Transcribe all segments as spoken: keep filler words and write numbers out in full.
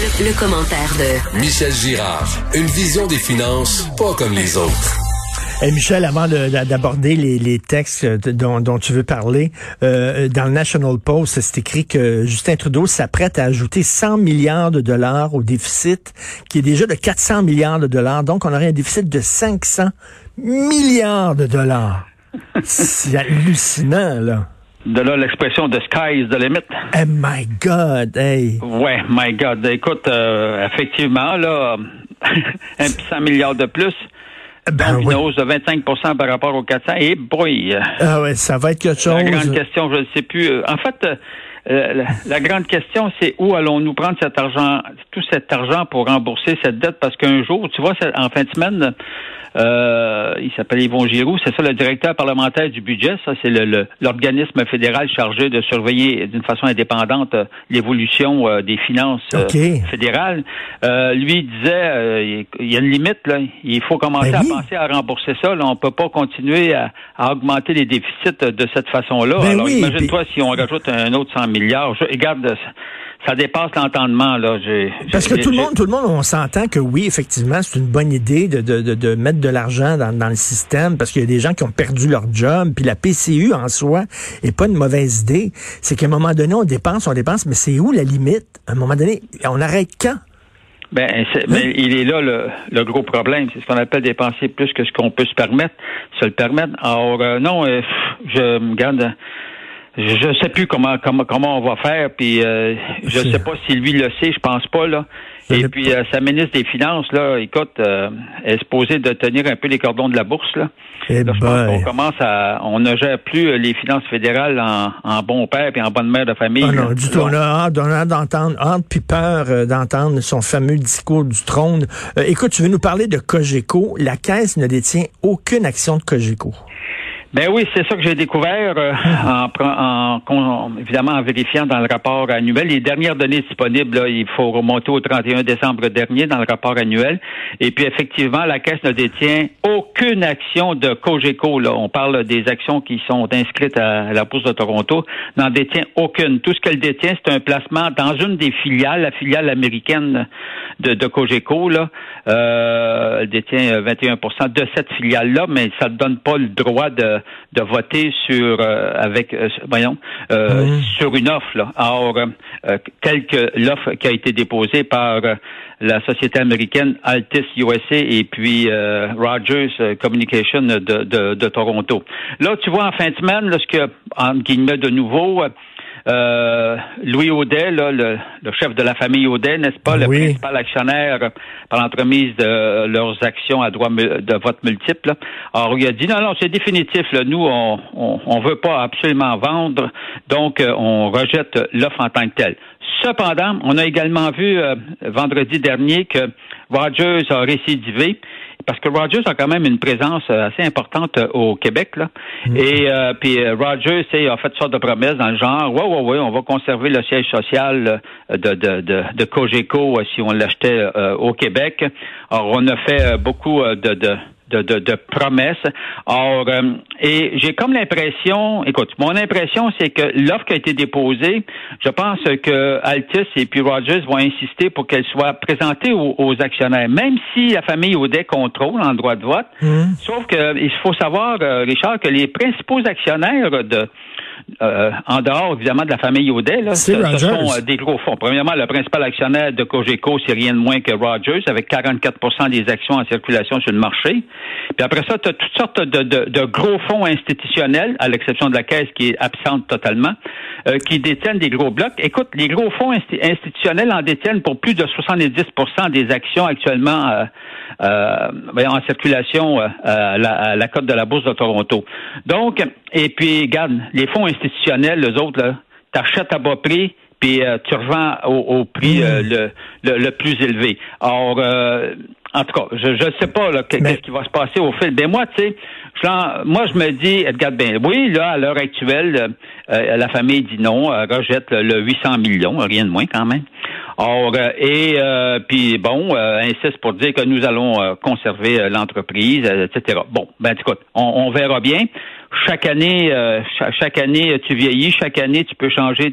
Le, le commentaire de Michel Girard. Une vision des finances pas comme les autres. Hey Michel, avant de, d'aborder les, les textes dont, dont tu veux parler, euh, dans le National Post, c'est écrit que Justin Trudeau s'apprête à ajouter cent milliards de dollars au déficit, qui est déjà de quatre cents milliards de dollars. Donc, on aurait un déficit de cinq cents milliards de dollars. C'est hallucinant, là. De là, l'expression « the sky is the limit ». Oh my God, hey! Ouais, my God. Écoute, euh, effectivement, là, un cent milliards de plus, ben, donc oui. une hausse de vingt-cinq pour cent par rapport aux quatre cents. Et boy! Ah ouais, ça va être quelque chose. La grande question, je ne sais plus. En fait, euh, la, la grande question, c'est où allons-nous prendre cet argent, tout cet argent pour rembourser cette dette? Parce qu'un jour, tu vois, en fin de semaine, Euh, il s'appelle Yvon Giroux, c'est ça le directeur parlementaire du budget, ça c'est le, le, l'organisme fédéral chargé de surveiller d'une façon indépendante euh, l'évolution euh, des finances euh, okay. fédérales. Euh, lui disait, euh, il y a une limite là, il faut commencer ben oui. à penser à rembourser ça. Là, on peut pas continuer à, à augmenter les déficits de cette façon-là. Ben Alors oui, imagine-toi puis... si on rajoute un autre cent milliards. Je, regarde. Ça dépasse l'entendement, là. J'ai, Parce j'ai, que tout j'ai... le monde, tout le monde, on s'entend que oui, effectivement, c'est une bonne idée de, de, de, de mettre de l'argent dans, dans le système parce qu'il y a des gens qui ont perdu leur job. Puis la P C U en soi est pas une mauvaise idée. C'est qu'à un moment donné, on dépense, on dépense, mais c'est où la limite? À un moment donné, on arrête quand? Ben, c'est, hein? Mais il est là le, le gros problème. C'est ce qu'on appelle dépenser plus que ce qu'on peut se permettre, se le permettre. Alors, euh, non, euh, je me garde. Je sais plus comment comment comment on va faire, puis euh, je sais pas si lui le sait, je pense pas là. Et puis euh, sa ministre des Finances là, écoute, euh, est supposée de tenir un peu les cordons de la bourse là. Eh là je pense qu'on commence à, on ne gère plus les finances fédérales en, en bon père et en bonne mère de famille. Ah non, là. du tout. On a hâte, on a hâte d'entendre, hâte puis peur euh, d'entendre son fameux discours du trône. Euh, écoute, tu veux nous parler de Cogeco. La Caisse ne détient aucune action de Cogeco. Ben oui, c'est ça que j'ai découvert euh, en, en, en évidemment en vérifiant dans le rapport annuel. Les dernières données disponibles, là, il faut remonter au trente et un décembre dernier dans le rapport annuel. Et puis effectivement, la Caisse ne détient aucune action de Cogeco. Là. On parle des actions qui sont inscrites à la Bourse de Toronto. N'en détient aucune. Tout ce qu'elle détient, c'est un placement dans une des filiales, la filiale américaine de, de Cogeco. Là. Euh, elle détient vingt et un pour cent de cette filiale-là, mais ça ne donne pas le droit de de voter sur euh, avec euh, voyons euh, mmh. sur une offre là. Alors euh, telle que l'offre qui a été déposée par euh, la société américaine Altis U S A et puis euh, Rogers Communication de, de de Toronto. Là tu vois en fin de semaine là, ce que entre guillemets de nouveau euh, Euh, Louis Audet, là, le, le chef de la famille Audet, n'est-ce pas, le oui. principal actionnaire par l'entremise de leurs actions à droit de vote multiple. Là. Alors, il a dit, non, non, c'est définitif. Là. Nous, on, on, on veut pas absolument vendre, donc euh, on rejette l'offre en tant que telle. Cependant, on a également vu euh, vendredi dernier que Rogers a récidivé. Parce que Rogers a quand même une présence assez importante au Québec, là. Mmh. Et euh, puis Rogers a fait une sorte de promesse dans le genre, ouais, ouais, ouais, on va conserver le siège social de de de, de Cogeco si on l'achetait euh, au Québec. Alors on a fait beaucoup de de De, de, de promesses. Or, euh, et j'ai comme l'impression, écoute, mon impression, c'est que l'offre qui a été déposée, je pense que Altis et puis Rogers vont insister pour qu'elle soit présentée aux, aux actionnaires, même si la famille Audet contrôle en droit de vote. Mmh. Sauf que il faut savoir, Richard, que les principaux actionnaires de Euh, en dehors, évidemment, de la famille Audet, là, ce, ce sont euh, des gros fonds. Premièrement, le principal actionnaire de Cogeco, c'est rien de moins que Rogers, avec quarante-quatre pour cent des actions en circulation sur le marché. Puis après ça, tu as toutes sortes de, de, de gros fonds institutionnels, à l'exception de la Caisse qui est absente totalement, euh, qui détiennent des gros blocs. Écoute, les gros fonds insti- institutionnels en détiennent pour plus de soixante-dix pour cent des actions actuellement euh, euh, en circulation euh, à, la, à la cote de la Bourse de Toronto. Donc, et puis, regarde, les fonds institutionnels, les autres, là, t'achètes à bas prix, puis euh, tu revends au, au prix euh, le, le, le plus élevé. Or, euh, en tout cas, je ne sais pas là, qu'est-ce Mais... qui va se passer au fil. Ben moi, tu sais, moi je me dis, regarde bien, oui, là, à l'heure actuelle, euh, la famille dit non, euh, rejette le, le huit cents millions, rien de moins quand même. Or, euh, et euh, puis bon, euh, insiste pour dire que nous allons euh, conserver euh, l'entreprise, euh, et cetera. Bon, ben écoute, on, on verra bien. Chaque année, euh, chaque, chaque année, tu vieillis. Chaque année, tu peux changer tes,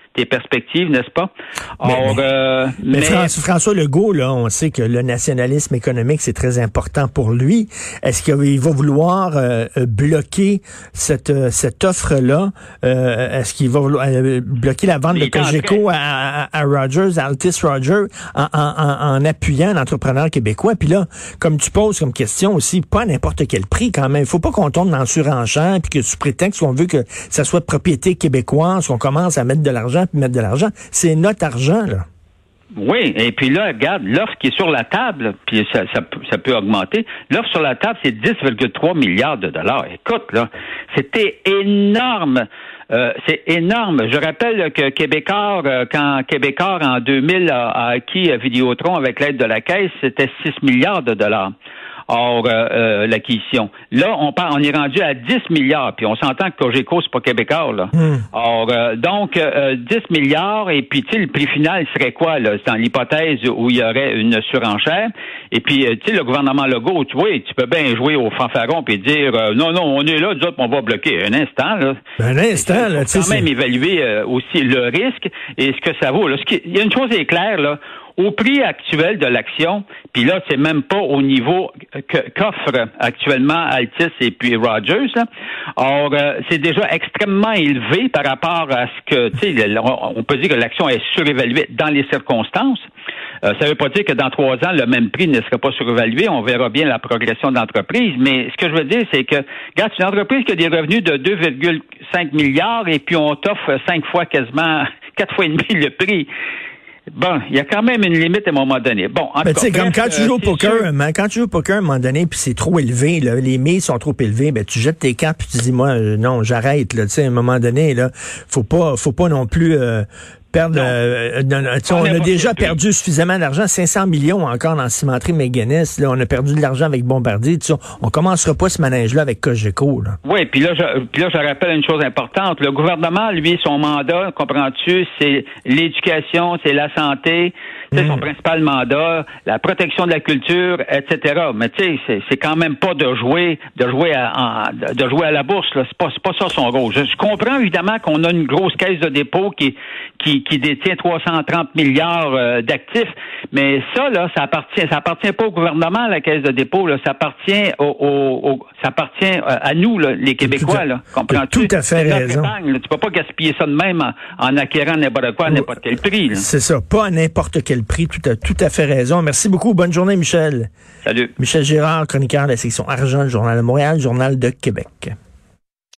tes perspectives, n'est-ce pas? Mais, Or, mais, euh, mais mais François, François Legault, là, on sait que le nationalisme économique, c'est très important pour lui. Est-ce qu'il va vouloir euh, bloquer cette, cette offre-là? Euh, est-ce qu'il va vouloir euh, bloquer la vente de Cogeco à, à, à Rogers, à Altus Rogers, en, en, en, en appuyant l'entrepreneur québécois? Puis là, comme tu poses comme question aussi, pas à n'importe quel prix quand même. Il faut pas qu'on tombe dans le surenchère puis que sous prétexte qu'on veut que ça soit de propriété québécoise, qu'on commence à mettre de l'argent puis mettre de l'argent. C'est notre argent, là. Oui, et puis là, regarde, l'offre qui est sur la table, puis ça, ça, ça peut augmenter, l'offre sur la table, c'est dix virgule trois milliards de dollars. Écoute, là, c'était énorme. Euh, c'est énorme. Je rappelle que Québécois, euh, quand Québécois en deux mille a, a acquis Vidéotron avec l'aide de la Caisse, c'était six milliards de dollars. Or, euh, euh, l'acquisition. Là, on part, on est rendu à dix milliards, puis on s'entend que Cogeco, c'est pas Québécois, là. Mm. Or, euh, donc, euh, dix milliards, et puis, tu sais, le prix final serait quoi, là? C'est dans l'hypothèse où il y aurait une surenchère. Et puis, tu sais, le gouvernement Legault, tu vois, tu peux bien jouer au fanfaron puis dire, euh, non, non, on est là, nous autres, on va bloquer. Un instant, là. Un instant, là, tu sais. Il faut quand même évaluer euh, aussi le risque et ce que ça vaut, là. Ce qui, il y a une chose est claire, là. Au prix actuel de l'action, puis là, c'est même pas au niveau que, qu'offre actuellement Altus et puis Rogers. Là. Or, euh, c'est déjà extrêmement élevé par rapport à ce que, tu sais, on peut dire que l'action est surévaluée dans les circonstances. Euh, ça ne veut pas dire que dans trois ans, le même prix ne serait pas surévalué. On verra bien la progression de l'entreprise. Mais ce que je veux dire, c'est que, regarde, c'est une entreprise qui a des revenus de deux virgule cinq milliards et puis on t'offre cinq fois quasiment, quatre fois et demi le prix. Bon, il y a quand même une limite à un moment donné. Bon, en ben, tu sais, comme quand euh, tu joues au poker, man, quand tu joues au poker à un moment donné, puis c'est trop élevé, là, les mises sont trop élevées, ben tu jettes tes cartes puis tu dis moi euh, non, j'arrête là, tu sais, à un moment donné là, faut pas, faut pas non plus euh, perdre. Euh, euh, on a déjà perdu suffisamment d'argent, cinq cents millions encore dans Cimenterie McGuinness. Là, on a perdu de l'argent avec Bombardier. Tout ça. On commencera pas ce manège-là avec Cogeco. Là. Oui, puis là, je, puis là, je rappelle une chose importante. Le gouvernement, lui, son mandat, comprends-tu, c'est l'éducation, c'est la santé, mmh. c'est son principal mandat, la protection de la culture, et cetera. Mais tu sais, c'est, c'est quand même pas de jouer, de jouer à, en, de jouer à la bourse. Là. C'est pas, c'est pas ça son rôle. Je, je comprends évidemment qu'on a une grosse caisse de dépôt qui, qui qui détient trois cent trente milliards euh, d'actifs, mais ça là, ça appartient, ça appartient pas au gouvernement la caisse de dépôt, là, ça appartient au, au, au ça appartient à nous là, les Québécois, là, comprends-tu? Tout à fait raison. Épargne, là, tu peux pas gaspiller ça de même en, en acquérant n'importe quoi à n'importe quel prix. Là. C'est ça, pas à n'importe quel prix. Tout à tout à fait raison. Merci beaucoup. Bonne journée, Michel. Salut. Michel Girard, chroniqueur de la section argent du Journal de Montréal, Journal de Québec.